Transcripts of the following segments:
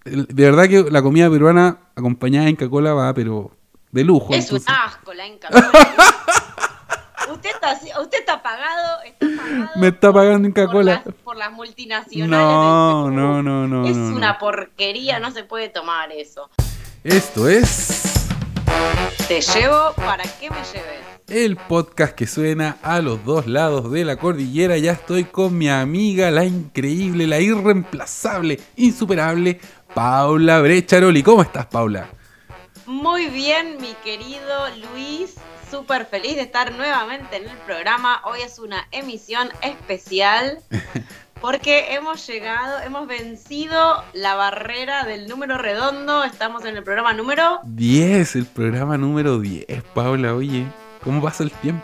De verdad que la comida peruana acompañada de Inca Kola va, pero de lujo. Es un Entonces, asco la Inca Kola. Usted está me pagado está pagando Inca Kola. por las multinacionales del No, no, Perú. no, no, Es no, no. una porquería, no se puede tomar eso. Esto es Te llevo para que me lleves. el podcast que suena a los dos lados de la cordillera. Ya estoy con mi amiga, la increíble, la irreemplazable, insuperable, Paula Brecharoli. ¿Cómo estás, Paula? Muy bien, mi querido Luis. Súper feliz de estar nuevamente en el programa. Hoy es una emisión especial porque hemos vencido la barrera del número redondo. Estamos en el programa número 10, el programa número 10, Paula. Oye, ¿cómo pasa el tiempo?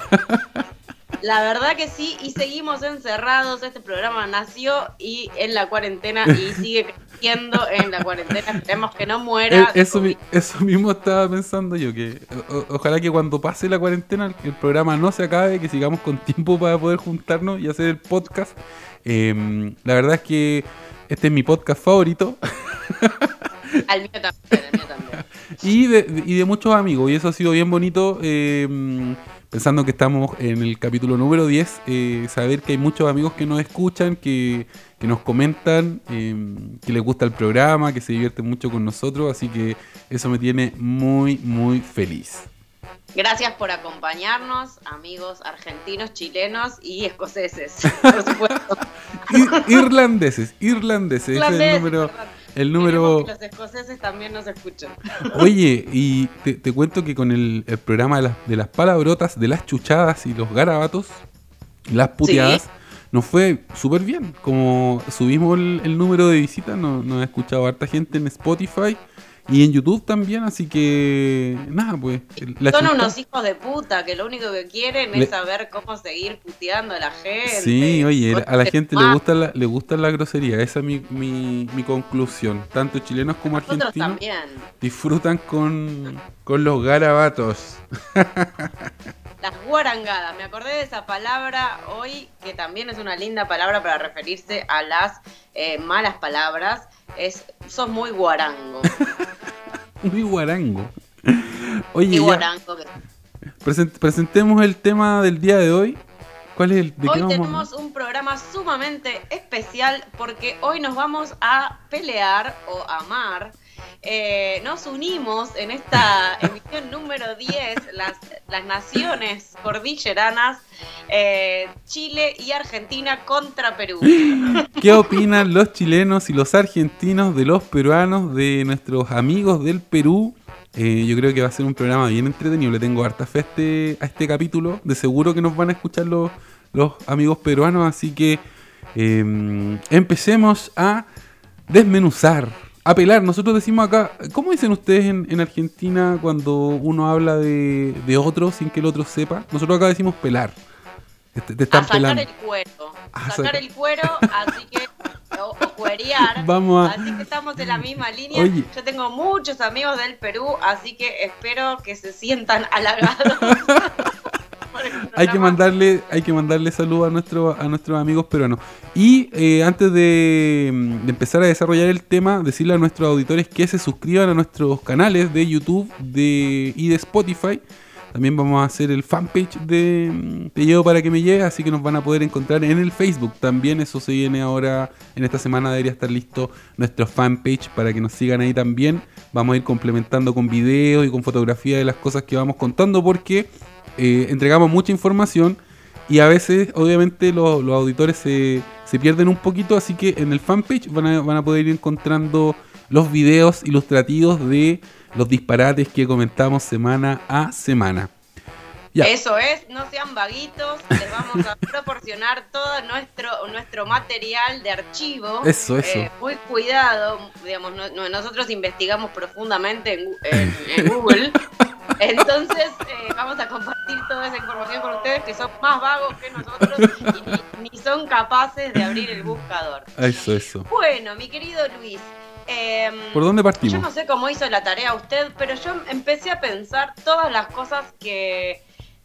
La verdad que sí, y seguimos encerrados. Este programa nació y en la cuarentena y sigue creciendo en la cuarentena. Esperemos que no muera. Eso mismo estaba pensando yo, que ojalá que cuando pase la cuarentena el programa no se acabe, que sigamos con tiempo para poder juntarnos y hacer el podcast. La verdad es que este es mi podcast favorito. Al mío también. Y de muchos amigos, y eso ha sido bien bonito. Pensando que estamos en el capítulo número 10, saber que hay muchos amigos que nos escuchan, que nos comentan, que les gusta el programa, que se divierten mucho con nosotros, así que eso me tiene muy, muy feliz. Gracias por acompañarnos, amigos argentinos, chilenos y escoceses, por supuesto. Irlandeses, ese es el número. Queremos que los escoceses también nos escuchen. Oye, y te cuento que con el programa de las palabrotas, de las chuchadas y los garabatos, las puteadas, ¿Sí? nos fue súper bien. Como subimos el número de visitas, nos ha escuchado harta gente en Spotify y en YouTube también, así que nada, pues. Son unos hijos de puta que lo único que quieren es saber cómo seguir puteando a la gente. Sí, oye, a la gente le gusta la grosería, esa es mi conclusión. Tanto chilenos como Nosotros argentinos también. disfrutan con los garabatos. Las guarangadas, me acordé de esa palabra hoy, que también es una linda palabra para referirse a las malas palabras. Sos muy guarango. Muy guarango. Oye, y guarango. presentemos el tema del día de hoy. ¿Cuál es el de Hoy qué tenemos un programa sumamente especial porque hoy nos vamos a pelear o amar. Nos unimos en esta emisión número 10, las naciones cordilleranas, Chile y Argentina contra Perú. ¿Qué opinan los chilenos y los argentinos de los peruanos, de nuestros amigos del Perú? Yo creo que va a ser un programa bien entretenido. Le tengo harta fe a este capítulo. De seguro que nos van a escuchar los amigos peruanos. Así que empecemos a desmenuzar, a pelar. Nosotros decimos acá, ¿cómo dicen ustedes en Argentina cuando uno habla de otro sin que el otro sepa? Nosotros acá decimos pelar. Te están pelando. El cuero. Sacar el cuero, así que o cuerear. Así que estamos en la misma línea. Oye. Yo tengo muchos amigos del Perú, así que espero que se sientan halagados. Hay que mandarle saludos a nuestros amigos peruanos. Y antes de empezar a desarrollar el tema, decirle a nuestros auditores que se suscriban a nuestros canales de YouTube y de Spotify. También vamos a hacer el fanpage de Te Llevo Para Que Me Lleves, así que nos van a poder encontrar en el Facebook. También eso se viene ahora, en esta semana debería estar listo nuestro fanpage para que nos sigan ahí también. Vamos a ir complementando con videos y con fotografías de las cosas que vamos contando porque entregamos mucha información y a veces obviamente los auditores se pierden un poquito, así que en el fanpage van a poder ir encontrando los videos ilustrativos de los disparates que comentamos semana a semana. Ya. Eso es, no sean vaguitos, les vamos a proporcionar todo nuestro material de archivo. Eso. Muy cuidado, digamos, nosotros investigamos profundamente en Google. Entonces vamos a compartir toda esa información con ustedes que son más vagos que nosotros y ni son capaces de abrir el buscador. Eso. Bueno, mi querido Luis, ¿por dónde partimos? Yo no sé cómo hizo la tarea usted, pero yo empecé a pensar todas las cosas que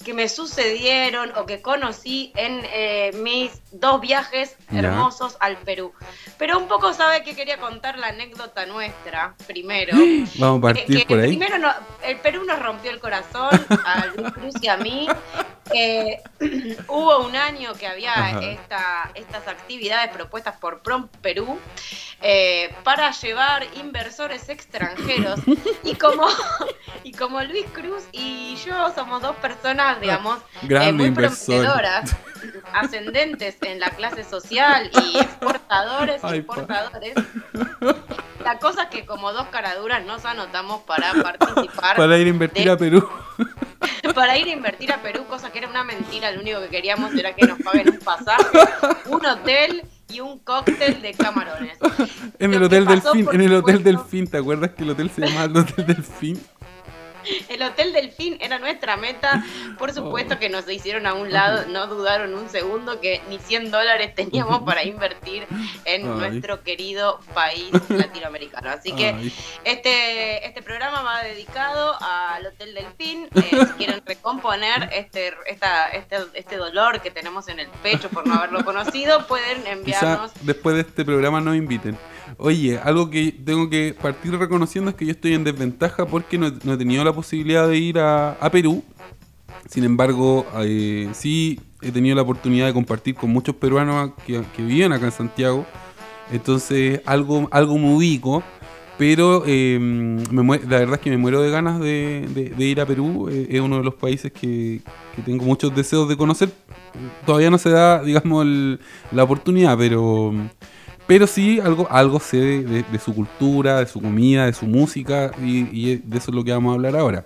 que me sucedieron o que conocí en mis 2 viajes hermosos al Perú. Pero un poco sabe que quería contar la anécdota nuestra primero. Vamos a partir por ahí. Primero el Perú nos rompió el corazón a Luis Cruz y a mí. Hubo un año que había estas actividades propuestas por Prom Perú para llevar inversores extranjeros y como Luis Cruz y yo somos 2 personas, digamos, muy prometedoras, ascendentes en la clase social y exportadores e importadores. La cosa es que como 2 caraduras nos anotamos para participar. Para ir a invertir a Perú. Para ir a invertir a Perú, cosa que era una mentira. Lo único que queríamos era que nos paguen un pasaje, un hotel y un cóctel de camarones. En el Hotel Delfín, Hotel Delfín, ¿te acuerdas que el hotel se llamaba el Hotel Delfín? El Hotel Delfín era nuestra meta. Por supuesto que nos hicieron a un lado, no dudaron un segundo que ni $100 teníamos para invertir en nuestro querido país latinoamericano. Así que este programa va dedicado al Hotel Delfín. Si quieren recomponer este dolor que tenemos en el pecho por no haberlo conocido, pueden enviarnos. Quizá después de este programa nos inviten. Oye, algo que tengo que partir reconociendo es que yo estoy en desventaja porque no he tenido la posibilidad de ir a Perú. Sin embargo, sí he tenido la oportunidad de compartir con muchos peruanos que viven acá en Santiago. Entonces, algo me ubico. Pero la verdad es que me muero de ganas de ir a Perú. Es uno de los países que tengo muchos deseos de conocer. Todavía no se da, digamos, la oportunidad, pero sí algo sé de su cultura, de su comida, de su música, y de eso es lo que vamos a hablar ahora.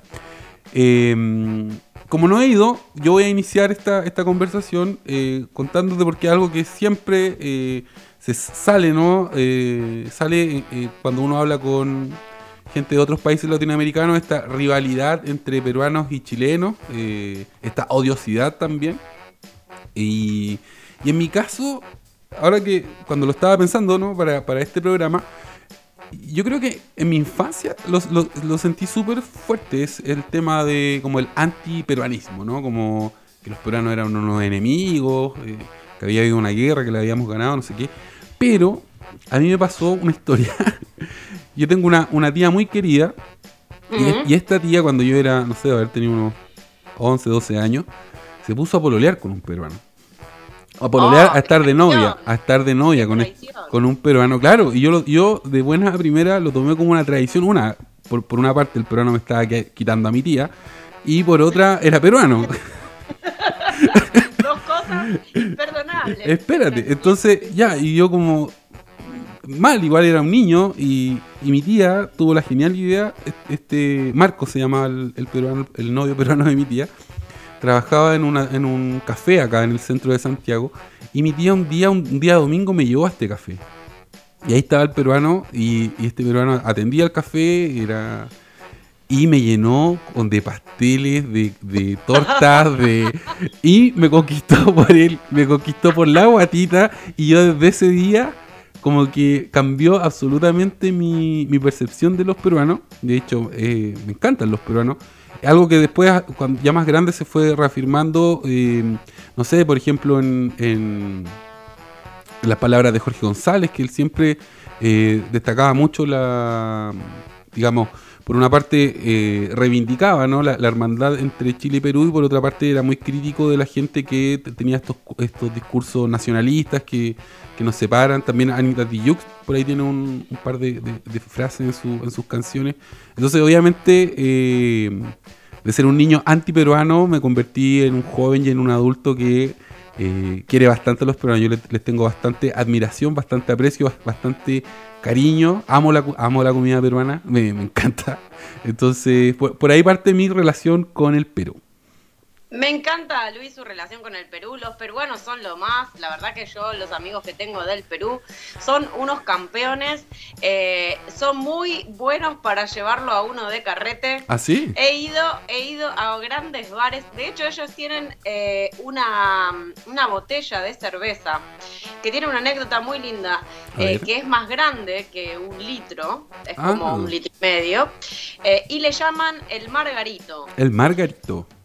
Como no he ido, yo voy a iniciar esta conversación contándote porque es algo que siempre se sale, ¿no? Sale cuando uno habla con gente de otros países latinoamericanos, esta rivalidad entre peruanos y chilenos, esta odiosidad también. Y en mi caso, ahora que cuando lo estaba pensando, ¿no? para este programa, yo creo que en mi infancia lo sentí súper fuerte. Es el tema de como el antiperuanismo, ¿no? Como que los peruanos eran unos enemigos, que había habido una guerra, que la habíamos ganado, no sé qué. Pero a mí me pasó una historia. Yo tengo una tía muy querida, y esta tía, cuando yo era, no sé, haber tenido unos 11, 12 años, se puso a pololear con un peruano. A pololear, a estar de novia con un peruano, claro. Y yo de buena a primera lo tomé como una tradición. Por una parte el peruano me estaba quitando a mi tía, y por otra era peruano. Dos cosas imperdonables. Espérate, entonces ya, y yo como igual era un niño, y mi tía tuvo la genial idea. Marco se llamaba el peruano, el novio peruano de mi tía. Trabajaba en un café acá en el centro de Santiago, y mi tía un día domingo me llevó a este café. Y ahí estaba el peruano, y este peruano atendía el café, y me llenó de pasteles, de tortas, y me conquistó por la guatita, y yo desde ese día como que cambió absolutamente mi percepción de los peruanos. De hecho, me encantan los peruanos. Algo que después, cuando ya más grande, se fue reafirmando, no sé, por ejemplo, en las palabras de Jorge González, que él siempre destacaba mucho digamos, por una parte reivindicaba, ¿no? la hermandad entre Chile y Perú, y por otra parte era muy crítico de la gente que tenía estos discursos nacionalistas que nos separan. También Anita Tijoux por ahí tiene un par de frases en sus canciones. Entonces, obviamente, de ser un niño antiperuano, me convertí en un joven y en un adulto que quiere bastante a los peruanos. Yo les tengo bastante admiración, bastante aprecio, bastante cariño. Amo la comida peruana, me encanta. Entonces, por ahí parte mi relación con el Perú. Me encanta, Luis, su relación con el Perú. Los peruanos son lo más. La verdad que yo, los amigos que tengo del Perú, son unos campeones. Son muy buenos para llevarlo a uno de carrete. ¿Ah, sí? He ido a grandes bares. De hecho, ellos tienen una botella de cerveza que tiene una anécdota muy linda, que es más grande que un litro. Es como 1,5 litros. Y le llaman el Margarito. El Margarito.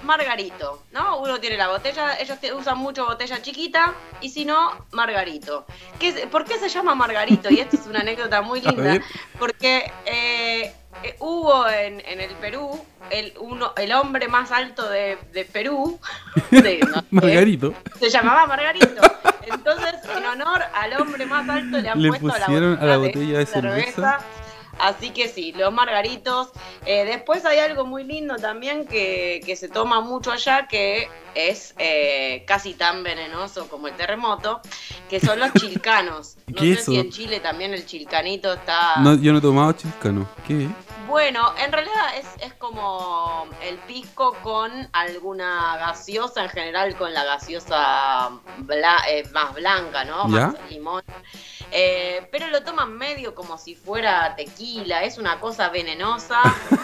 Margarito, ¿no? Uno tiene la botella, ellos usan mucho botella chiquita y si no, Margarito. ¿Por qué se llama Margarito? Y esto es una anécdota muy linda, porque hubo en el Perú el hombre más alto de Perú, Margarito, se llamaba Margarito. Entonces, en honor al hombre más alto le han puesto a la botella de cerveza. Así que sí, los margaritos. Después hay algo muy lindo también que se toma mucho allá, que es casi tan venenoso como el terremoto, que son los chilcanos. No sé si en Chile también el chilcanito está... No, yo no he tomado chilcano. ¿Qué es? Bueno, en realidad es como el pisco con alguna gaseosa, en general con la gaseosa más blanca, ¿no? ¿Ya? Más limón. Pero lo toman medio como si fuera tequila, es una cosa venenosa.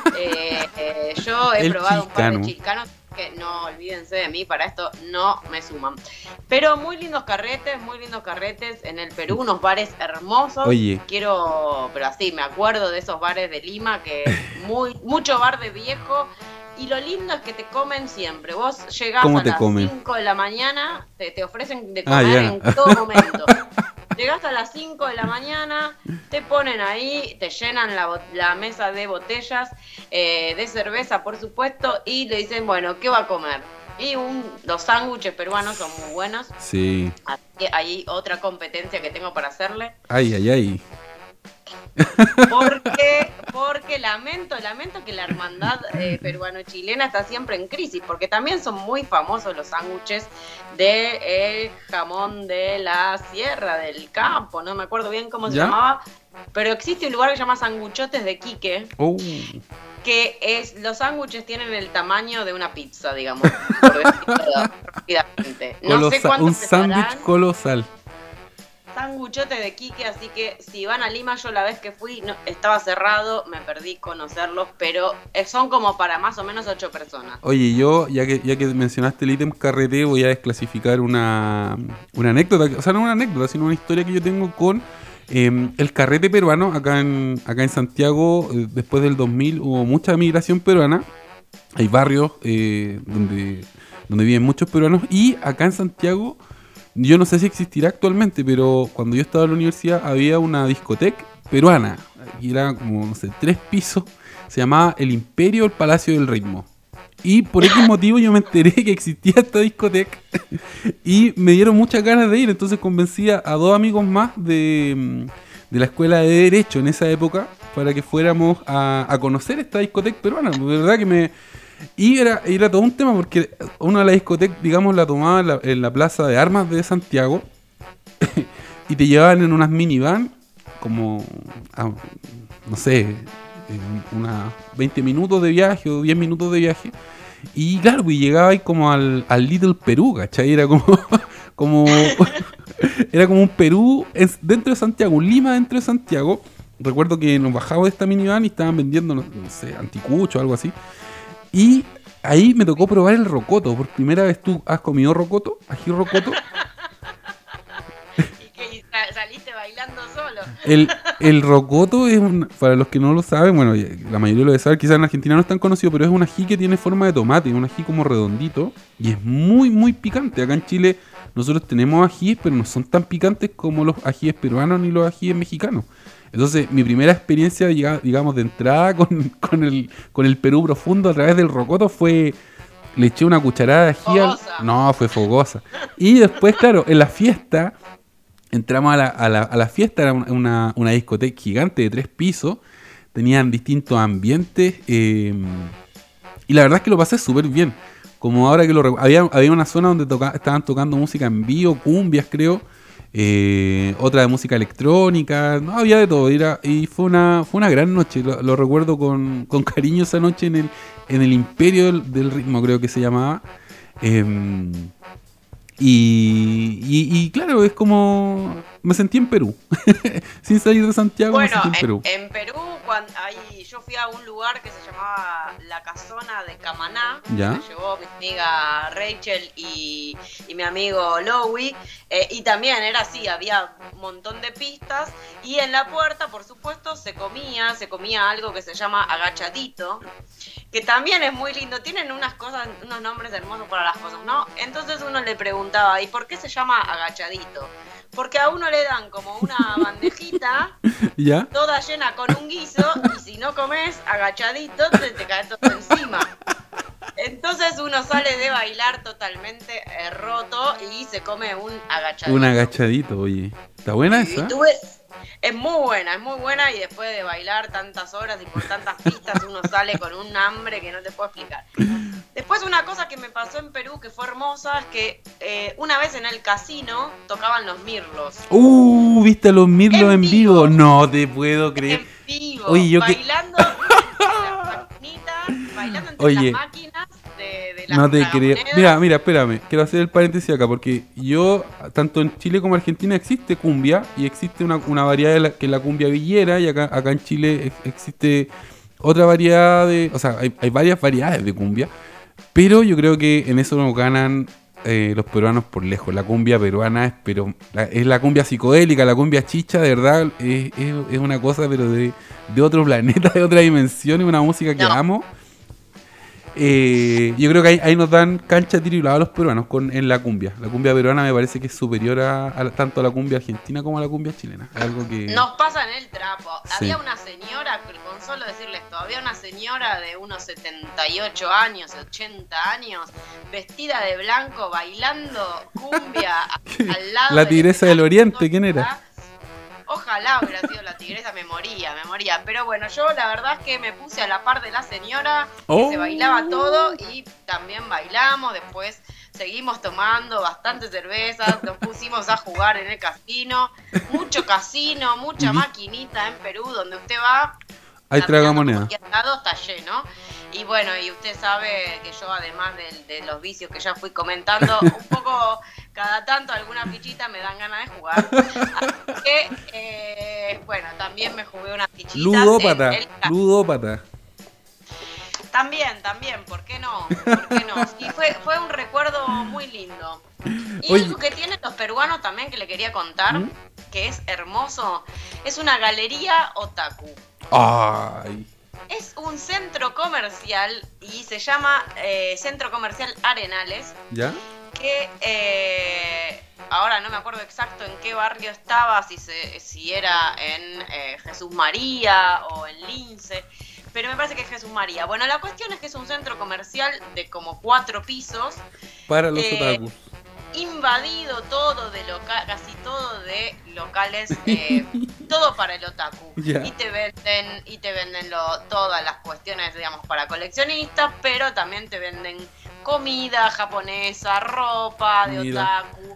Yo he probado un par de chilcanos que no olvídense de mí, para esto no me suman. Pero muy lindos carretes en el Perú, unos bares hermosos. Oye. Pero así, me acuerdo de esos bares de Lima, que mucho bar de viejo. Y lo lindo es que te comen siempre. Vos llegás a las 5 de la mañana, te ofrecen de comer en todo momento. Llegás a las 5 de la mañana, te ponen ahí, te llenan la mesa de botellas de cerveza, por supuesto, y le dicen, bueno, ¿qué va a comer? Y los sándwiches peruanos son muy buenos. Sí. Así que hay otra competencia que tengo para hacerle. Ay. Porque lamento que la hermandad peruano-chilena está siempre en crisis, porque también son muy famosos los sándwiches de jamón de la Sierra del Campo, no me acuerdo bien cómo se llamaba, pero existe un lugar que se llama Sanguchotes de Quique, que los sándwiches tienen el tamaño de una pizza, digamos, por decirlo rápidamente. No sé cuánto un sándwich colosal. Sanguchote de Quique, así que si van a Lima, yo la vez que fui estaba cerrado, me perdí conocerlos, pero son como para más o menos 8 personas. Oye, yo, ya que mencionaste el ítem carrete, voy a desclasificar una anécdota, o sea, no una anécdota, sino una historia que yo tengo con el carrete peruano. Acá en Santiago, después del 2000, hubo mucha migración peruana. Hay barrios donde viven muchos peruanos, y acá en Santiago, yo no sé si existirá actualmente, pero cuando yo estaba en la universidad había una discoteca peruana, y era como, no sé, 3 pisos, se llamaba El Imperio, el Palacio del Ritmo. Y por X motivo yo me enteré que existía esta discoteca y me dieron muchas ganas de ir, entonces convencí a 2 amigos más de la escuela de Derecho en esa época para que fuéramos a conocer esta discoteca peruana. De verdad que Y era todo un tema, porque una de las discotecas, digamos, la tomaba en la Plaza de Armas de Santiago y te llevaban en unas minivan como, no sé, unas 20 minutos de viaje o 10 minutos de viaje. Y claro, pues llegaba ahí como al Little Perú, ¿cachai? Era como era como un Perú dentro de Santiago, un Lima dentro de Santiago. Recuerdo que nos bajamos de esta minivan y estaban vendiendo, no sé, anticucho o algo así. Y ahí me tocó probar el rocoto. Por primera vez. ¿Tú has comido rocoto? ¿Ají rocoto? ¿Y saliste bailando solo? El rocoto es para los que no lo saben, bueno, la mayoría lo debe saber, quizás en Argentina no es tan conocido, pero es un ají que tiene forma de tomate, un ají como redondito, y es muy, muy picante. Acá en Chile nosotros tenemos ajíes, pero no son tan picantes como los ajíes peruanos ni los ajíes mexicanos. Entonces, mi primera experiencia, digamos, de entrada con el Perú profundo a través del rocoto fue... Le eché una cucharada de ají. No, fue fogosa. Y después, claro, en la fiesta, entramos a la fiesta, era una discoteca gigante de 3 pisos. Tenían distintos ambientes. Y la verdad es que lo pasé súper bien. Como ahora que había una zona donde estaban tocando música en vivo, cumbias, creo. Otra de música electrónica, no, había de todo, y fue una gran noche. Lo recuerdo con cariño esa noche en el Imperio del Ritmo, creo que se llamaba. Y claro, es como me sentí en Perú. Sin salir de Santiago, bueno, me sentí en Perú. En Perú, yo fui a un lugar que se llamaba La Casona de Camaná. ¿Ya? Me llevó mi amiga Rachel y mi amigo Lowy. Y también era así, había un montón de pistas. Y en la puerta, por supuesto, se comía algo que se llama agachadito. que también es muy lindo. Tienen unas cosas, unos nombres hermosos para las cosas, ¿no? Entonces uno le preguntaba, ¿y por qué se llama agachadito? Porque a uno le dan como una bandejita ¿Ya? toda llena con un guiso y si no comes agachadito te cae todo encima. Entonces uno sale de bailar totalmente roto y se come un agachadito. Un agachadito, oye. ¿Está buena esa? Es muy buena y después de bailar tantas horas y por tantas pistas uno sale con un hambre que no te puedo explicar. Después una cosa que me pasó en Perú que fue hermosa es que una vez en el casino tocaban los mirlos. ¿Viste a los mirlos en vivo? No te puedo creer. En vivo, oye, yo bailando entre las maquinitas, bailando entre las máquinas de las no te creo. monedas. Mira, espérame. Quiero hacer el paréntesis acá porque yo, tanto en Chile como en Argentina existe cumbia y existe una variedad que es la cumbia villera y acá en Chile existe otra variedad de... O sea, hay varias variedades de cumbia, pero yo creo que en eso nos ganan los peruanos por lejos. La cumbia peruana es la cumbia psicodélica, la cumbia chicha, de verdad, es una cosa pero de otro planeta, de otra dimensión, es una música que amo. Yo creo que ahí nos dan cancha tiro y lado a los peruanos en la cumbia. La cumbia peruana me parece que es superior tanto a la cumbia argentina como a la cumbia chilena. Algo que... Nos pasan el trapo. Sí. Había una señora, con solo decirle esto, había una señora de unos 78 años, 80 años, vestida de blanco, bailando cumbia al lado. La tigresa del oriente, ¿quién era? Ojalá hubiera sido la tigresa, me moría. Pero bueno, yo la verdad es que me puse a la par de la señora, que se bailaba todo y también bailamos. Después seguimos tomando bastante cerveza, nos pusimos a jugar en el casino. Mucho casino, mucha maquinita en Perú, donde usted va. Hay tragamoneda. Al lado está lleno. Y bueno, y usted sabe que yo, además de los vicios que ya fui comentando, un poco cada tanto alguna fichita me dan ganas de jugar. Así que, bueno, también me jugué unas fichitas. Ludópata. También, ¿por qué no? Y fue un recuerdo muy lindo. Y algo que tienen los peruanos también que le quería contar, que es hermoso, es una galería otaku. Ay. Es un centro comercial y se llama Centro Comercial Arenales. ¿Ya? Que ahora no me acuerdo exacto en qué barrio estaba, si era en Jesús María o en Lince, pero me parece que es Jesús María. Bueno, la cuestión es que es un centro comercial de como 4 pisos. Para los otakus. Invadido todo casi todo de locales, todo para el otaku. Yeah. Y te venden todas las cuestiones, digamos, para coleccionistas, pero también te venden comida japonesa, ropa de otaku.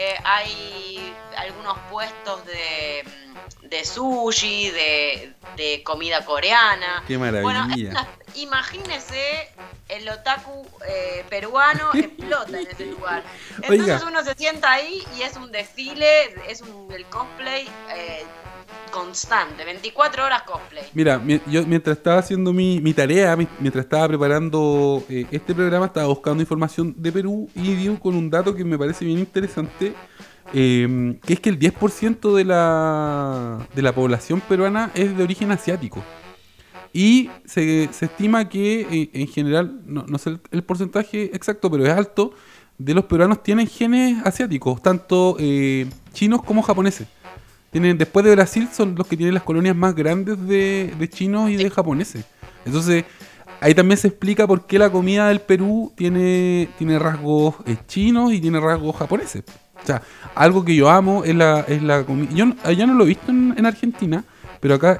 Hay algunos puestos de sushi, de comida coreana. Qué maravilla. Bueno, imagínese el otaku peruano explota en ese lugar. Entonces uno se sienta ahí y es un desfile, el cosplay constante, 24 horas cosplay. Mira, yo mientras estaba haciendo mi tarea, mientras estaba preparando este programa, estaba buscando información de Perú y dio con un dato que me parece bien interesante, que es que el 10% de la población peruana es de origen asiático. Y se estima que en general, no sé el porcentaje exacto, pero es alto, de los peruanos tienen genes asiáticos, tanto chinos como japoneses. Después de Brasil son los que tienen las colonias más grandes de chinos y de japoneses. Entonces ahí también se explica por qué la comida del Perú tiene rasgos chinos y tiene rasgos japoneses. O sea, algo que yo amo es la comida. Yo allá no lo he visto en Argentina, pero acá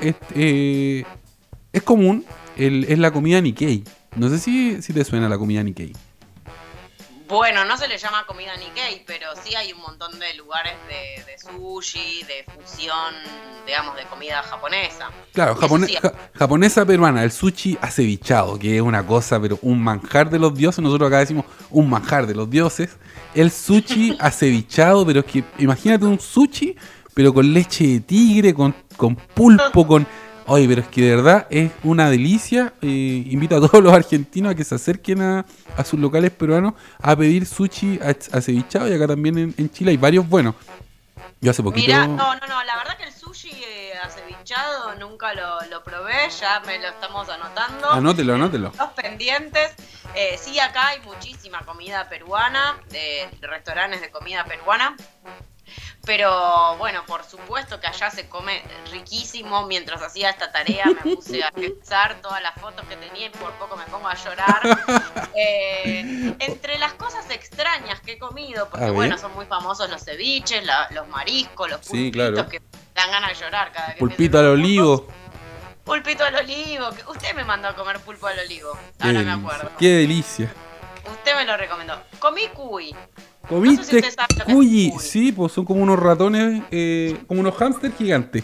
es común, es la comida Nikkei. No sé si te suena la comida Nikkei. Bueno, no se le llama comida Nikkei, pero sí hay un montón de lugares de sushi, de fusión, digamos, de comida japonesa. Claro, japonesa peruana, el sushi acevichado, que es una cosa, pero un manjar de los dioses. Nosotros acá decimos un manjar de los dioses. El sushi acevichado, pero es que imagínate un sushi, pero con leche de tigre, con pulpo, con... Oye, pero es que de verdad es una delicia. Invito a todos los argentinos a que se acerquen a sus locales peruanos a pedir sushi acevichado. Y acá también en Chile hay varios buenos. Yo hace poquito... Mira, no, la verdad que el sushi escuchado, nunca lo probé, ya me lo estamos anotando. Anótelo. Los pendientes. Sí, acá hay muchísima comida peruana, de restaurantes de comida peruana. Pero bueno, por supuesto que allá se come riquísimo. Mientras hacía esta tarea me puse a pensar todas las fotos que tenía y por poco me pongo a llorar. Entre las cosas extrañas que he comido, porque bueno, son muy famosos los ceviches, los mariscos, los pulpitos, sí, claro, que dan ganas de llorar cada vez que pulpito al olivo. Pulpito al olivo. Usted me mandó a comer pulpo al olivo. Ahora me acuerdo. Qué delicia. Usted me lo recomendó. Comí cuy. ¿Comiste cuy? Sí, pues son como unos ratones, como unos hámster gigantes.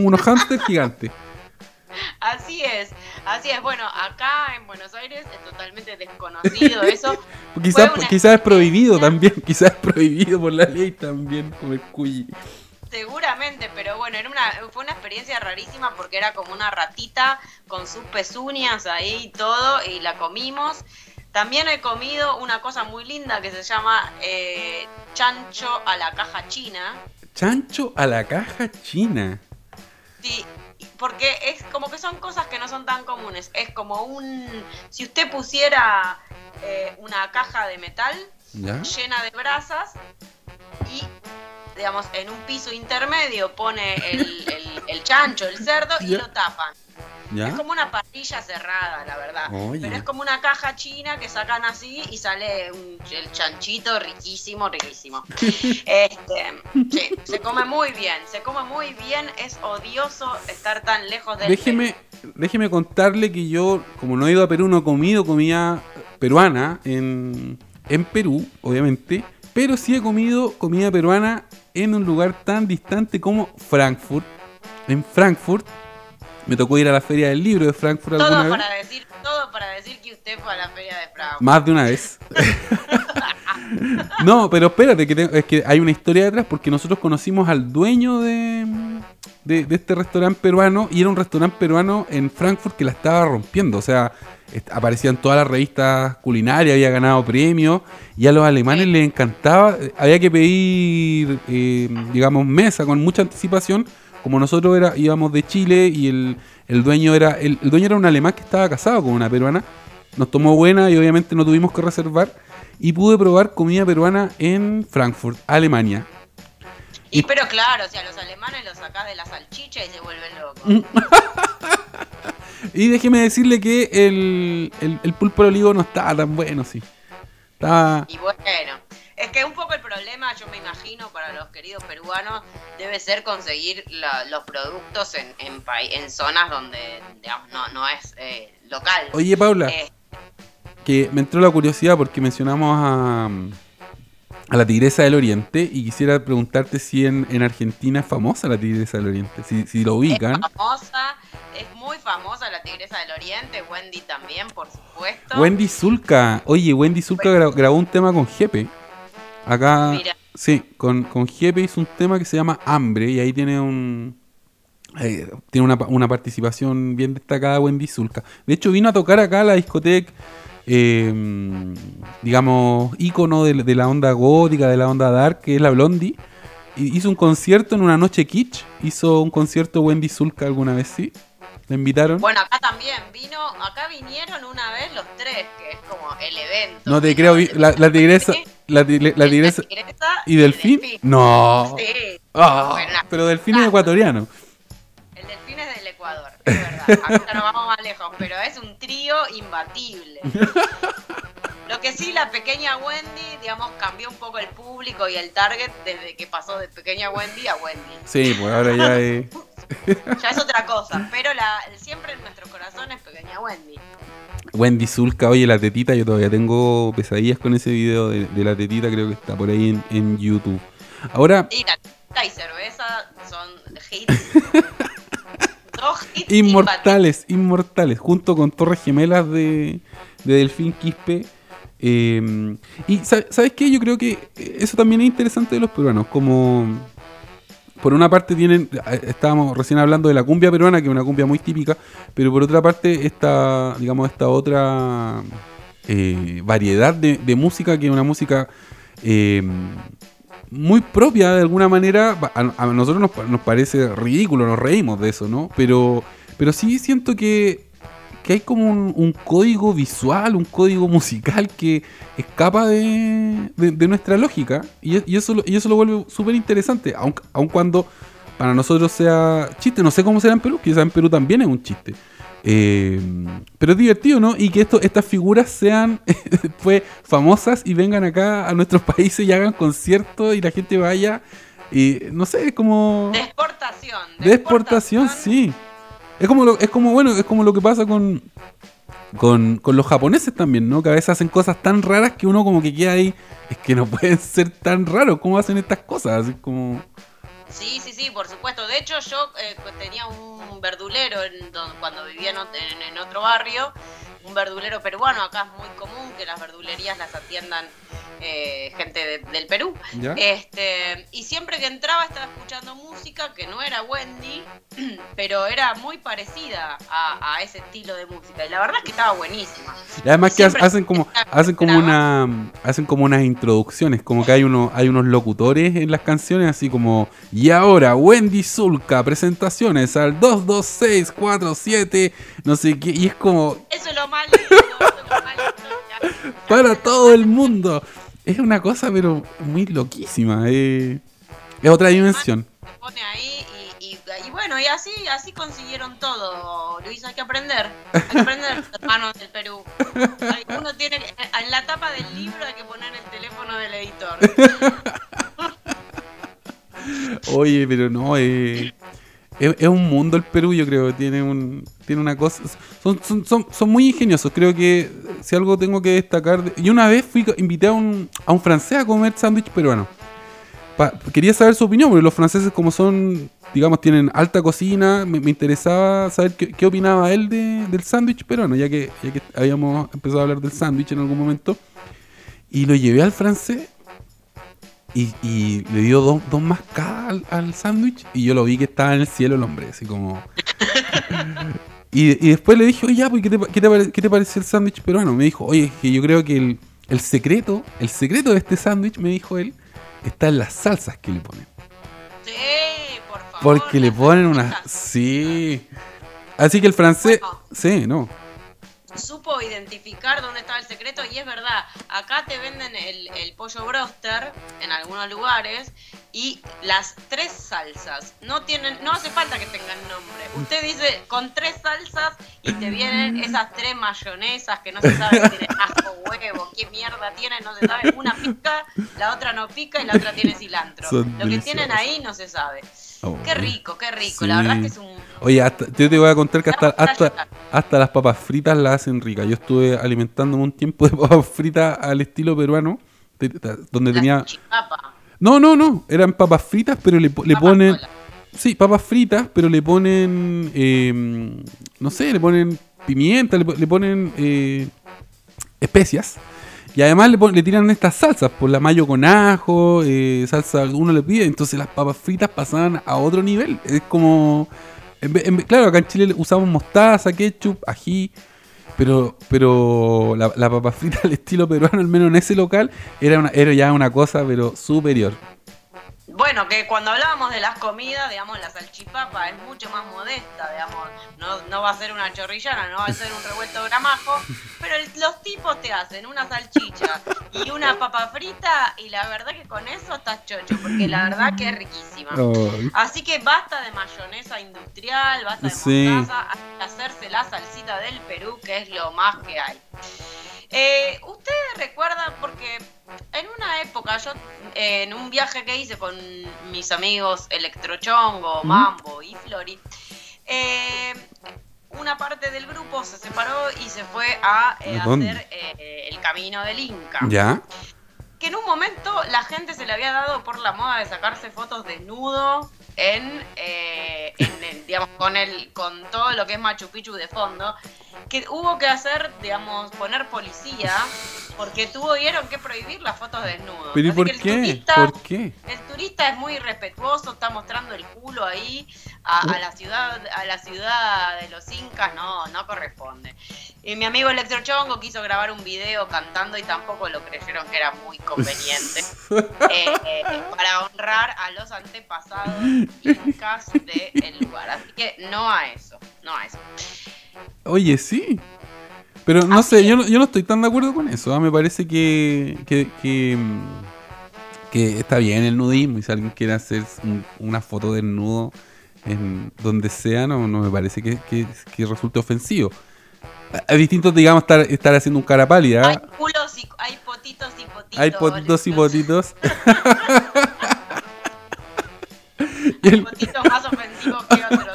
Así es. Bueno, acá en Buenos Aires es totalmente desconocido eso. Quizás es prohibido también, quizás es prohibido por la ley también comer cuy. Seguramente, pero bueno, fue una experiencia rarísima porque era como una ratita con sus pezuñas ahí y todo, y la comimos. También he comido una cosa muy linda que se llama chancho a la caja china. ¿Chancho a la caja china? Sí, porque es como que son cosas que no son tan comunes. Es como si usted pusiera una caja de metal, ¿ya?, llena de brasas y, digamos, en un piso intermedio pone el chancho, el cerdo, y lo tapan. ¿Ya? Es como una parrilla cerrada, la verdad. Oye. Pero es como una caja china que sacan así y sale el chanchito riquísimo. Sí, se come muy bien. Es odioso estar tan lejos del Déjeme contarle que yo, como no he ido a Perú, no he comido comida peruana en Perú, obviamente. Pero sí he comido comida peruana en un lugar tan distante como Frankfurt. En Frankfurt. Me tocó ir a la Feria del Libro de Frankfurt alguna vez. Todo para decir que usted fue a la Feria de Frankfurt. Más de una vez. No, pero espérate, es que hay una historia detrás, porque nosotros conocimos al dueño de este restaurante peruano, y era un restaurante peruano en Frankfurt que la estaba rompiendo. O sea, aparecían todas las revistas culinarias, había ganado premios, y a los alemanes les encantaba. Había que pedir, digamos, mesa con mucha anticipación. Como nosotros íbamos de Chile y el dueño era un alemán que estaba casado con una peruana, nos tomó buena y obviamente no tuvimos que reservar, y pude probar comida peruana en Frankfurt, Alemania. Pero claro, o sea, los alemanes los sacás de la salchicha y se vuelven locos. Y déjeme decirle que el pulpo al olivo no estaba tan bueno, sí. Y bueno, es que un poco el problema, yo me imagino, para los queridos peruanos, debe ser conseguir los productos en zonas donde, digamos, no es local. Oye, Paula, que me entró la curiosidad porque mencionamos a la Tigresa del Oriente, y quisiera preguntarte si en Argentina es famosa la Tigresa del Oriente, si lo ubican. Es muy famosa la Tigresa del Oriente, Wendy también, por supuesto. Wendy Zulka, grabó un tema con Jepe. Acá, mira. Sí, con Jepe hizo un tema que se llama Hambre, y ahí tiene una participación bien destacada Wendy Zulka. De hecho, vino a tocar acá a la discoteca, digamos, ícono de la onda gótica, de la onda dark, que es la Blondie. Y hizo un concierto en una noche kitsch. Hizo un concierto Wendy Zulka alguna vez, ¿sí? ¿La invitaron? Bueno, acá también vinieron una vez los tres, que es como el evento. No te creo, la tigresa... La tigresa y Delfín. No. Sí. Oh, bueno, pero Delfín es ecuatoriano. El Delfín es del Ecuador, es verdad. Acá no vamos más lejos, pero es un trío imbatible. Lo que sí, la pequeña Wendy, digamos, cambió un poco el público y el target desde que pasó de pequeña Wendy a Wendy. Sí, pues ahora ya es... Ya es otra cosa, pero siempre en nuestro corazón es pequeña Wendy. Wendy Zulka, oye, la tetita, yo todavía tengo pesadillas con ese video de la tetita, creo que está por ahí en YouTube. Ahora... Y la tetita y cerveza son hits. Dos hits inmortales, junto con Torres Gemelas de Delfín Quispe. Y ¿sabes qué? Yo creo que eso también es interesante de los peruanos, como... Por una parte estábamos recién hablando de la cumbia peruana, que es una cumbia muy típica, pero por otra parte esta otra variedad de música, que es una música muy propia de alguna manera. A nosotros nos parece ridículo, nos reímos de eso, ¿no? Pero sí siento que hay como un código visual, un código musical que escapa de nuestra lógica, y eso lo vuelve súper interesante, aun cuando para nosotros sea chiste. No sé cómo será en Perú, quizás en Perú también es un chiste. Pero es divertido, ¿no? Y que estas figuras sean pues famosas y vengan acá a nuestros países y hagan conciertos y la gente vaya. Y no sé, es como... De exportación, sí. Es como lo que pasa con los japoneses también, ¿no? Que a veces hacen cosas tan raras que uno como que queda ahí. Es que no pueden ser tan raros. ¿Cómo hacen estas cosas? Así como... Sí, por supuesto. De hecho, yo tenía un verdulero cuando vivía en otro barrio, un verdulero peruano. Acá es muy común que las verdulerías las atiendan gente del Perú. ¿Ya? Y siempre que entraba estaba escuchando música que no era Wendy, pero era muy parecida a ese estilo de música. Y la verdad es que estaba buenísima. Y además que hacen como unas introducciones, como que hay unos locutores en las canciones, así como: y ahora Wendy Zulka, presentaciones al 22647, no sé qué, y es como... Eso es lo más lindo, para todo el mundo. Es una cosa pero muy loquísima, es otra dimensión. Se pone ahí y bueno, y así consiguieron todo, Luis. Hay que aprender, hermanos del Perú. Uno tiene que, en la tapa del libro hay que poner el teléfono del editor. Oye, pero no, es un mundo el Perú, yo creo. Tiene una cosa. Son muy ingeniosos. Creo que si algo tengo que destacar. Y una vez invité a un francés a comer sándwich peruano. Quería saber su opinión, porque los franceses, como son, digamos, tienen alta cocina, me interesaba saber qué opinaba él del sándwich peruano, ya que habíamos empezado a hablar del sándwich en algún momento. Y lo llevé al francés. Y le dio dos mascadas al sándwich, y yo lo vi que estaba en el cielo el hombre, así como... y después le dije: oye, ya, pues, ¿qué te pareció el sándwich peruano? Me dijo: oye, es que yo creo que el secreto de este sándwich, me dijo él, está en las salsas que le ponen. Sí, por favor. Porque le ponen unas... Sí. Así que el francés... Bueno. Sí, no. Supo identificar dónde estaba el secreto, y es verdad, acá te venden el pollo broster en algunos lugares y las 3 salsas no hace falta que tengan nombre. Usted dice con 3 salsas y te vienen esas 3 mayonesas que no se sabe si tienen ajo, huevo, qué mierda tienen, no se sabe. Una pica, la otra no pica y la otra tiene cilantro. Lo que tienen ahí no se sabe. Oh, qué rico, sí. La verdad es que es un... Oye, yo te voy a contar que hasta las papas fritas las hacen ricas. Yo estuve alimentándome un tiempo de papas fritas al estilo peruano, donde tenía... Chipapa. No, eran papas fritas, pero le ponen... Sola. Sí, papas fritas, pero le ponen... no sé, le ponen pimienta, le ponen especias. Y además le tiran estas salsas, por la mayo con ajo, salsa uno le pide. Entonces las papas fritas pasaban a otro nivel. Es como... claro, acá en Chile usamos mostaza, ketchup, ají. Pero la papa frita al estilo peruano, al menos en ese local, era ya una cosa pero superior. Bueno, que cuando hablábamos de las comidas, digamos, la salchipapa es mucho más modesta, digamos, no va a ser una chorrillana, no va a ser un revuelto gramajo, pero los tipos te hacen una salchicha y una papa frita, y la verdad que con eso estás chocho, porque la verdad que es riquísima. Oh. Así que basta de mayonesa industrial, basta de mostaza, hay que hacerse la salsita del Perú, que es lo más que hay. Ustedes recuerdan, porque en una época yo, en un viaje que hice con mis amigos Electrochongo, Mambo y Flori, una parte del grupo se separó y se fue a hacer el camino del Inca. ¿Ya? Que en un momento la gente se le había dado por la moda de sacarse fotos desnudo en digamos, con todo lo que es Machu Picchu de fondo, que hubo que hacer, digamos, poner policía, porque tuvieron que prohibir las fotos desnudos. ¿Pero y Así por que qué? ¿Por qué? El turista es muy irrespetuoso, está mostrando el culo ahí a la ciudad de los incas, no corresponde. Y mi amigo Electrochongo quiso grabar un video cantando y tampoco lo creyeron que era muy conveniente para honrar a los antepasados incas del lugar. Así que no a eso. Oye, sí. Pero no sé, yo no estoy tan de acuerdo con eso. Me parece que está bien el nudismo, y si alguien quiere hacer una foto desnudo en donde sea, no me parece que resulte ofensivo. Es distinto, digamos, estar haciendo un cara pálida. Hay culos y hay potitos y potitos. Hay potitos y potitos. Hay potitos más ofensivos que otros.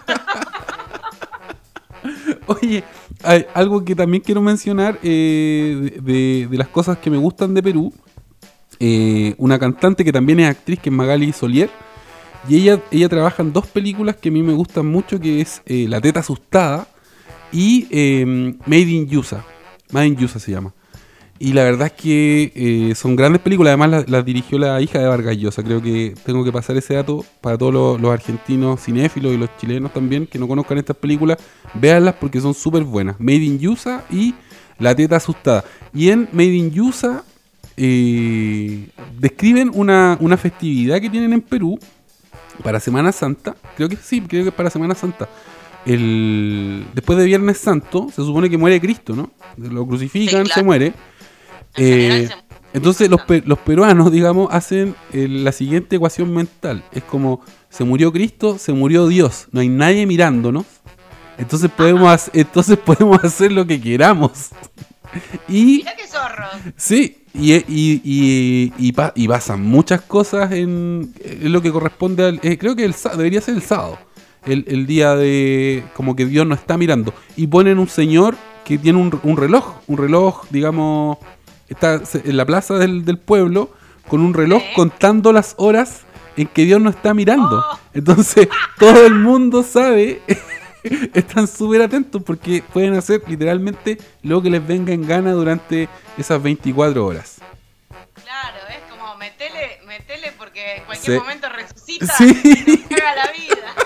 Oye, hay algo que también quiero mencionar de las cosas que me gustan de Perú. Una cantante que también es actriz, que es Magali Solier. Y ella trabaja en 2 películas que a mí me gustan mucho, que es La Teta Asustada y Made in USA. Made in USA se llama. Y la verdad es que son grandes películas. Además las dirigió la hija de Vargas Llosa. Creo que tengo que pasar ese dato para todos los argentinos cinéfilos y los chilenos también que no conozcan estas películas. Véanlas porque son súper buenas. Made in USA y La Teta Asustada. Y en Made in USA describen una festividad que tienen en Perú para Semana Santa. Creo que es para Semana Santa. Después de Viernes Santo se supone que muere Cristo, ¿no? Lo crucifican, sí, claro. Se muere. Entonces los peruanos, digamos, hacen la siguiente ecuación mental. Es como, se murió Cristo, se murió Dios, no hay nadie mirándonos. Entonces podemos hacer lo que queramos. Y mirá qué zorro. Sí, y pasan muchas cosas en lo que corresponde al... creo que debería ser el sábado. El día de... como que Dios no está mirando. Y ponen un señor que tiene un reloj, digamos... Está en la plaza del pueblo con un reloj contando las horas en que Dios no está mirando. Entonces todo el mundo sabe... Están súper atentos porque pueden hacer literalmente lo que les venga en gana durante esas 24 horas. Claro, es como metele porque en cualquier momento resucita y nos caga la vida.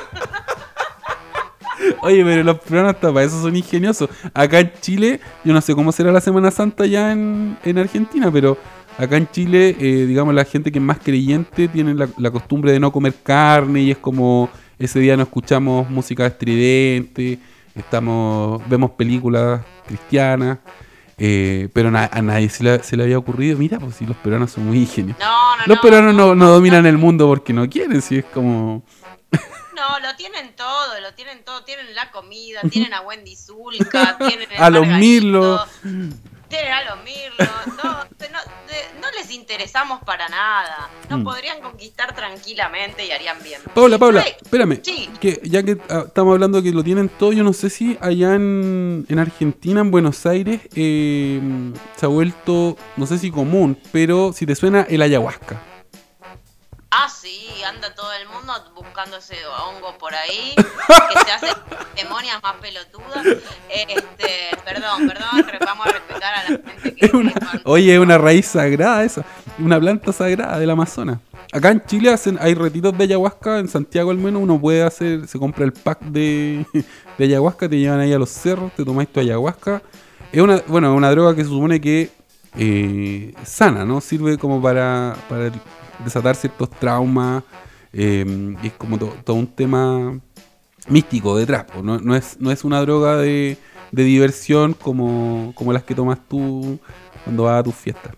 Oye, pero los peruanos hasta para eso son ingeniosos. Acá en Chile, yo no sé cómo será la Semana Santa ya en Argentina, pero acá en Chile, digamos, la gente que es más creyente tiene la costumbre de no comer carne y es como... Ese día no escuchamos música estridente, vemos películas cristianas, pero a nadie se le había ocurrido. Mira, pues si los peruanos son muy ingeniosos. Los peruanos no dominan el mundo porque no quieren, si es como... No, lo tienen todo, tienen la comida, tienen a Wendy Zulka, tienen a los Mirlo. Tienen a los Mirlo, no les interesamos para nada. Nos podrían conquistar tranquilamente y harían bien. Paula, espérame. Sí. Que ya que estamos hablando de que lo tienen todo, yo no sé si allá en Argentina, en Buenos Aires, se ha vuelto, no sé si común, pero si te suena el ayahuasca. Ah, sí, anda todo el mundo buscando ese hongo por ahí, que se hace demonias más pelotudas. Perdón, vamos a respetar a la gente que... es una raíz sagrada esa, una planta sagrada del Amazonas. Acá en Chile hay retiros de ayahuasca, en Santiago al menos uno puede se compra el pack de ayahuasca, te llevan ahí a los cerros, te tomáis tu ayahuasca. Es una droga que se supone que sana, ¿no? Sirve como para desatar ciertos traumas, y es como todo un tema místico detrás, no es una droga de diversión como las que tomas tú cuando vas a tus fiestas.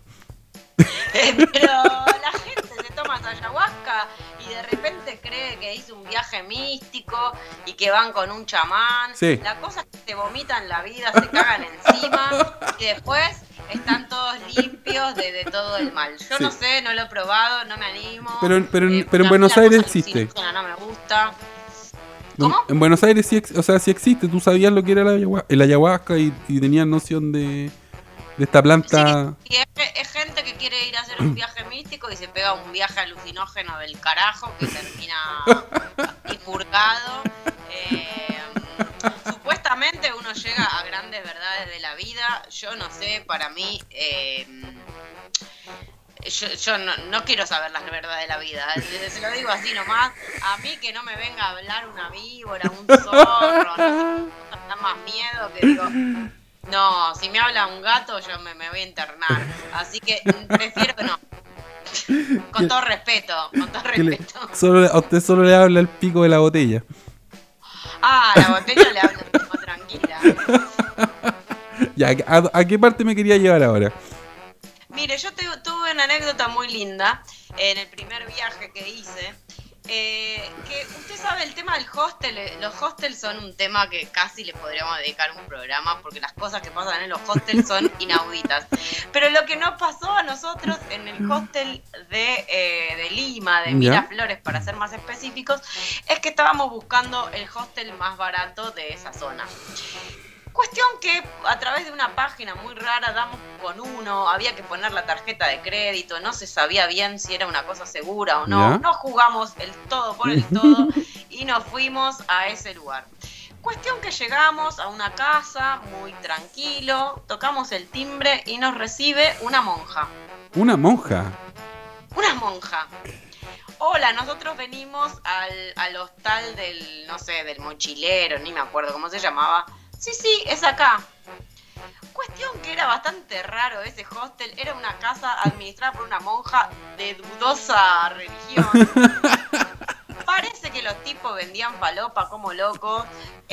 Pero la gente se toma ayahuasca y de repente cree que hizo un viaje místico y que van con un chamán. Sí. La cosa es que se vomitan la vida, se cagan encima y después están todos limpios de todo el mal. Yo no sé, no lo he probado, no me animo. Pero en Buenos Aires existe. No me gusta. ¿Cómo? En Buenos Aires sí existe. Tú sabías lo que era el ayahuasca y tenías noción de esta planta. Sí, es gente gente que quiere ir a hacer un viaje místico y se pega un viaje alucinógeno del carajo que termina difurcado. Supuestamente uno llega a grandes verdades de la vida. Yo no sé, para mí... Yo no quiero saber las verdades de la vida, se lo digo así nomás. A mí que no me venga a hablar una víbora, un zorro, no sé, da más miedo que digo, no, si me habla un gato yo me voy a internar, así que prefiero que no. Con todo respeto, con todo respeto. A usted solo le habla el pico de la botella. Ah, la botella le hablo como tranquila. Ya, ¿a qué parte me quería llevar ahora? Mire, yo tuve una anécdota muy linda en el primer viaje que hice. Que usted sabe el tema del hostel. Los hostels son un tema que casi le podríamos dedicar un programa porque las cosas que pasan en los hostels son inauditas. Pero lo que nos pasó a nosotros en el hostel de Lima, de Miraflores para ser más específicos, es que estábamos buscando el hostel más barato de esa zona. Cuestión que a través de una página muy rara damos con uno, había que poner la tarjeta de crédito, no se sabía bien si era una cosa segura o no, no jugamos el todo por el todo y nos fuimos a ese lugar. Cuestión que llegamos a una casa muy tranquilo, tocamos el timbre y nos recibe una monja. ¿Una monja? Una monja. Hola, nosotros venimos al hostal del, no sé, del mochilero, ni me acuerdo cómo se llamaba. Sí, es acá. Cuestión que era bastante raro ese hostel. Era una casa administrada por una monja de dudosa religión. Parece que los tipos vendían falopa como locos.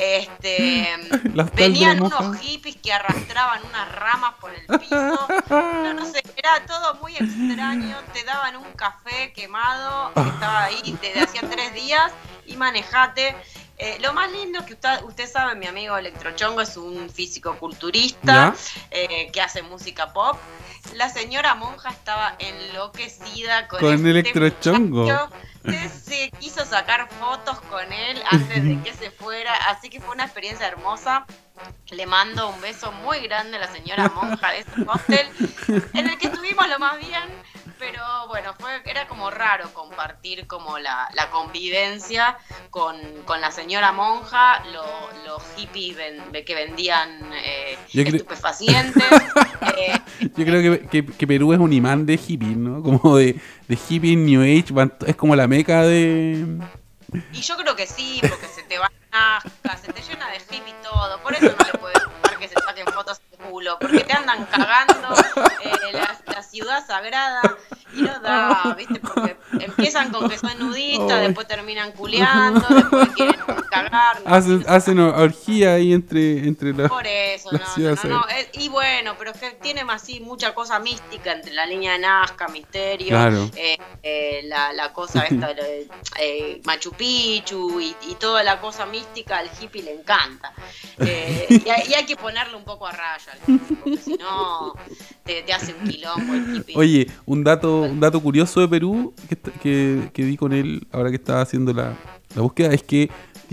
Venían unos hippies que arrastraban unas ramas por el piso. No sé, era todo muy extraño. Te daban un café quemado que estaba ahí desde hacía 3 días y manejate. Lo más lindo que usted sabe, mi amigo Electrochongo es un físico-culturista que hace música pop. La señora monja estaba enloquecida con Electrochongo. Se quiso sacar fotos con él antes de que se fuera, así que fue una experiencia hermosa. Le mando un beso muy grande a la señora monja de ese hostel, en el que estuvimos lo más bien, pero bueno, era como raro compartir como la convivencia con la señora monja, los hippies que vendían estupefacientes. Yo creo que Perú es un imán de hippies, ¿no? Como de hippies, New Age, es como la meca de... Y yo creo que sí, porque se te van ascas, se te llena de hippie todo, por eso no le puedes dejar que se saquen fotos de culo, porque te andan cagando la ciudad sagrada y no da, ¿viste? Porque empiezan con que son nudistas, después terminan culeando, después quieren cagar. Hacen orgía ahí entre las... Por eso, no. Y bueno, pero es que tiene más así mucha cosa mística entre la línea de Nazca, Misterio, claro. La cosa esta de Machu Picchu y toda la cosa mística al hippie le encanta. Y hay que ponerle un poco a raya al hippie, porque si no te hace un quilombo el hippie. Oye, un dato curioso de Perú que vi con él ahora que estaba haciendo la búsqueda es que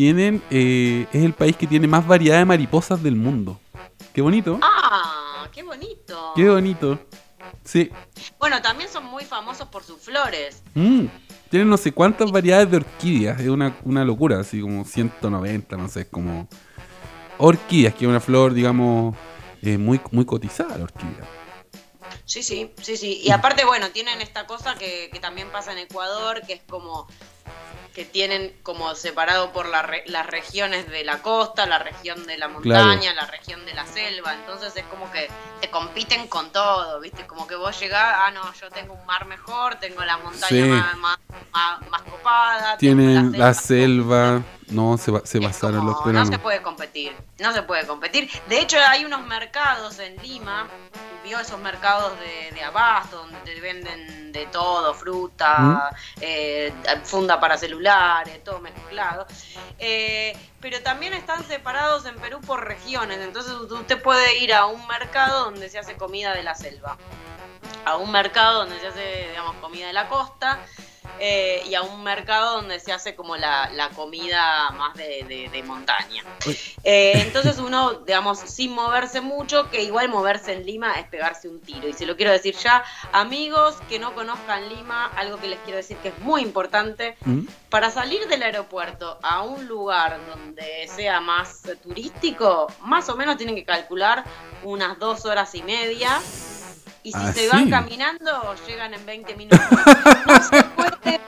es el país que tiene más variedad de mariposas del mundo. Qué bonito. ¡Ah! ¡Qué bonito! ¡Qué bonito! Sí. Bueno, también son muy famosos por sus flores. Tienen no sé cuántas variedades de orquídeas. Es una locura, así como 190, no sé, es como... Orquídeas, que es una flor, digamos, muy, muy cotizada la orquídea. Sí. Y aparte, bueno, tienen esta cosa que también pasa en Ecuador, que es como... que tienen como separado por las regiones de la costa, la región de la montaña, la región de la selva, entonces es como que te compiten con todo, ¿viste? Como que vos llegás, no, yo tengo un mar mejor, tengo la montaña más copada, tienen la selva, no, se basaron los peruanos. No se puede competir, de hecho hay unos mercados en Lima, vio esos mercados de abasto, donde te venden de todo, fruta, funda para celulares, todo mezclado, pero también están separados en Perú por regiones, entonces usted puede ir a un mercado donde se hace comida de la selva, a un mercado donde se hace, digamos, comida de la costa, y a un mercado donde se hace como la comida más de montaña. Entonces uno, digamos, sin moverse mucho, que igual moverse en Lima es pegarse un tiro. Y se lo quiero decir ya, amigos que no conozcan Lima, algo que les quiero decir que es muy importante, para salir del aeropuerto a un lugar donde sea más turístico, más o menos tienen que calcular unas 2 horas y media. Y si se van caminando, llegan en 20 minutos. No se puede.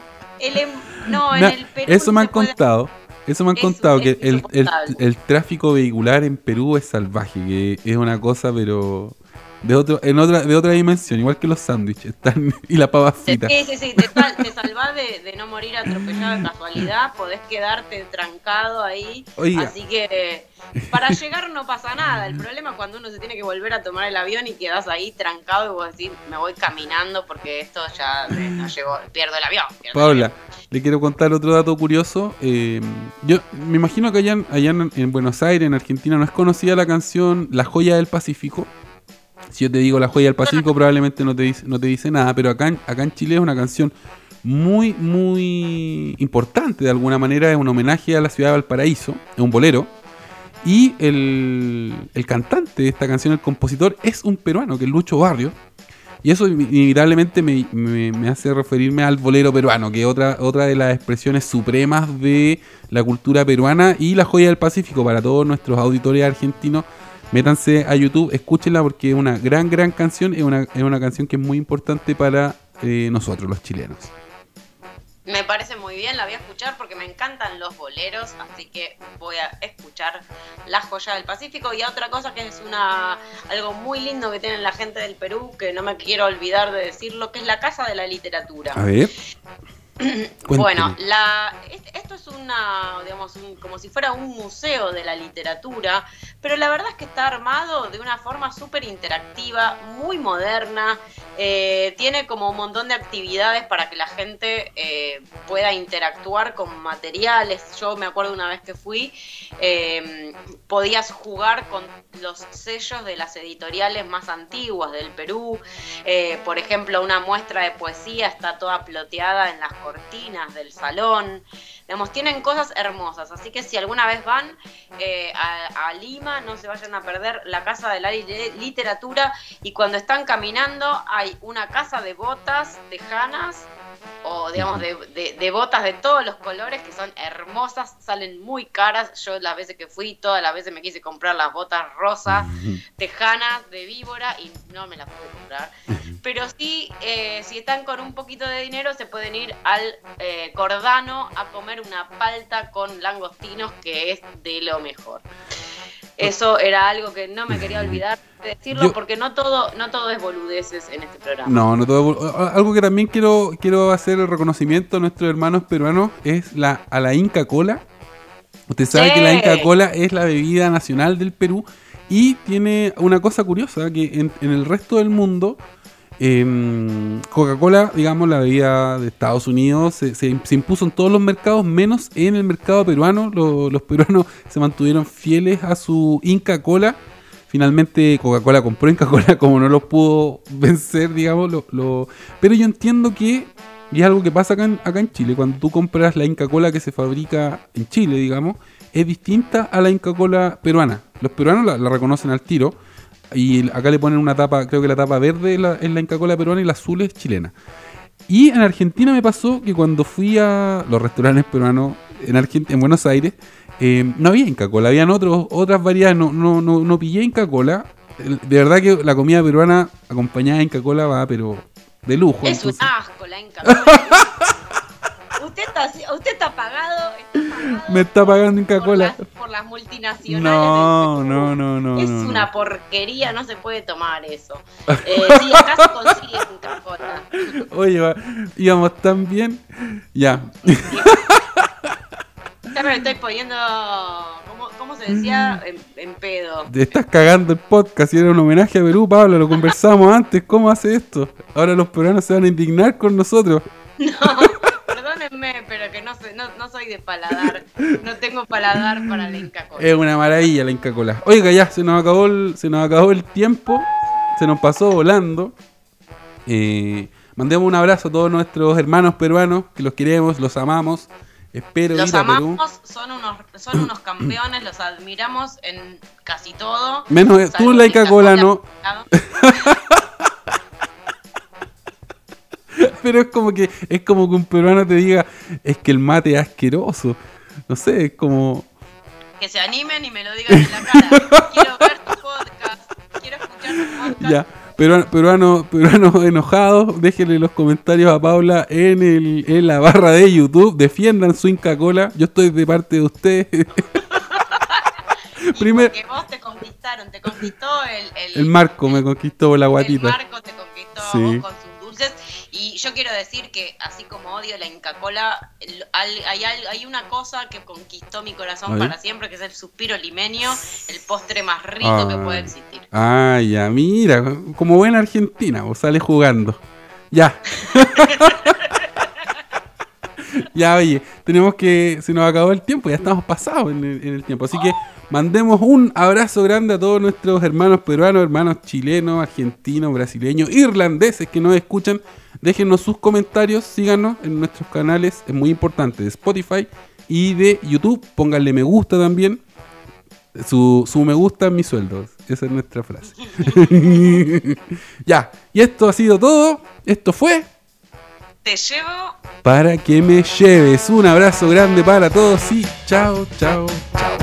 En el Perú. Eso me han contado. Eso me han contado, que el tráfico vehicular en Perú es salvaje, que es una cosa, pero de otra dimensión, igual que los sándwiches y la pava frita. Sí, te salvás de no morir atropellado de casualidad, podés quedarte trancado ahí. Oiga. Así que para llegar no pasa nada. El problema es cuando uno se tiene que volver a tomar el avión y quedás ahí trancado y vos decís, me voy caminando porque esto ya no llegó, pierdo el avión. Paula, le quiero contar otro dato curioso. Yo me imagino que allá en Buenos Aires, en Argentina, no es conocida la canción La Joya del Pacífico. Si yo te digo La Joya del Pacífico, probablemente no te dice nada, pero acá en Chile es una canción muy, muy importante. De alguna manera es un homenaje a la ciudad de Valparaíso, es un bolero. Y el cantante de esta canción, el compositor, es un peruano, que es Lucho Barrio. Y eso inevitablemente me hace referirme al bolero peruano, que es otra de las expresiones supremas de la cultura peruana. Y La Joya del Pacífico, para todos nuestros auditores argentinos, métanse a YouTube, escúchenla porque es una gran canción, es una canción que es muy importante para nosotros los chilenos. Me parece muy bien, la voy a escuchar porque me encantan los boleros, así que voy a escuchar La Joya del Pacífico. Y otra cosa que es algo muy lindo que tiene la gente del Perú, que no me quiero olvidar de decirlo, que es la Casa de la Literatura. A ver. Bueno, esto es como si fuera un museo de la literatura, pero la verdad es que está armado de una forma súper interactiva, muy moderna, tiene como un montón de actividades para que la gente pueda interactuar con materiales. Yo me acuerdo una vez que fui, podías jugar con los sellos de las editoriales más antiguas del Perú. Por ejemplo, una muestra de poesía está toda ploteada en las cortinas del salón. Digamos, tienen cosas hermosas, así que si alguna vez van a Lima, no se vayan a perder la Casa de la Literatura. Y cuando están caminando hay una casa de botas tejanas, o digamos de botas de todos los colores, que son hermosas, salen muy caras. Yo las veces que fui, todas las veces me quise comprar las botas rosas tejanas de víbora y no me las pude comprar. Pero sí, si están con un poquito de dinero, se pueden ir al Cordano a comer una palta con langostinos, que es de lo mejor. Eso era algo que no me quería olvidar de decirlo, porque no todo es boludeces en este programa. No todo. Algo que también quiero hacer el reconocimiento a nuestros hermanos peruanos es a la Inca Kola. Usted sabe que la Inca Kola es la bebida nacional del Perú y tiene una cosa curiosa, que en el resto del mundo Coca-Cola, digamos, la bebida de Estados Unidos, se impuso en todos los mercados, menos en el mercado peruano. Los peruanos se mantuvieron fieles a su Inca Kola. Finalmente Coca-Cola compró Inca Kola, como no los pudo vencer, digamos. Pero yo entiendo que, y es algo que pasa acá en Chile, cuando tú compras la Inca Kola que se fabrica en Chile, digamos, es distinta a la Inca Kola peruana. Los peruanos la reconocen al tiro. Y acá le ponen una tapa, creo que la tapa verde es la Inca Kola peruana y la azul es chilena. Y en Argentina me pasó que cuando fui a los restaurantes peruanos en Buenos Aires, no había Inca Kola, habían otras variedades, no pillé Inca Kola. De verdad que la comida peruana acompañada de Inca Kola va, pero de lujo. Es entonces un asco la Inca Kola. Usted está pagado. Me está pagando Inca Kola por las multinacionales. No. Es una porquería, no se puede tomar eso. Sí, acá se consigue Inca Kola. Oye, íbamos tan bien. Ya. Ya me estoy poniendo, ¿cómo se decía? En pedo. Te estás cagando el podcast y era un homenaje a Perú, Pablo, lo conversamos antes. ¿Cómo hace esto? Ahora los peruanos se van a indignar con nosotros. No. Perdónenme, pero que no soy de paladar. No tengo paladar para la Inca Kola. Es una maravilla la Inca Kola. Oiga, ya, se nos acabó el tiempo. Se nos pasó volando. Mandemos un abrazo a todos nuestros hermanos peruanos, que los queremos, los amamos. Espero los ir a Perú. amamos, son unos campeones, los admiramos en casi todo. Menos tú, la Coca-Cola, no. Pero es como que un peruano te diga, es que el mate es asqueroso. No sé, es como... Que se animen y me lo digan en la cara. Quiero ver tu podcast, quiero escuchar tu podcast. Ya, peruanos enojados, déjenle los comentarios a Paula en la barra de YouTube. Defiendan su Inca Cola. Yo estoy de parte de ustedes. Primero, porque vos te conquistó el Marco, me conquistó la guatita. El Marco te conquistó sí. Vos con sus dulces. Y yo quiero decir que así como odio la Inca Cola, hay una cosa que conquistó mi corazón para siempre, que es el suspiro limeño, el postre más rico que puede existir. Ya, mira, como buena argentina, vos sale jugando. Ya. Ya, oye, se nos acabó el tiempo, ya estamos pasados en el tiempo, así que mandemos un abrazo grande a todos nuestros hermanos peruanos, hermanos chilenos, argentinos, brasileños, irlandeses que nos escuchan. Déjenos sus comentarios, síganos en nuestros canales, es muy importante, de Spotify y de YouTube. Pónganle me gusta también. Su me gusta es mi sueldo. Esa es nuestra frase. Ya, y esto ha sido todo. Esto fue... Te llevo... Para que me lleves. Un abrazo grande para todos y chao, chao, chao.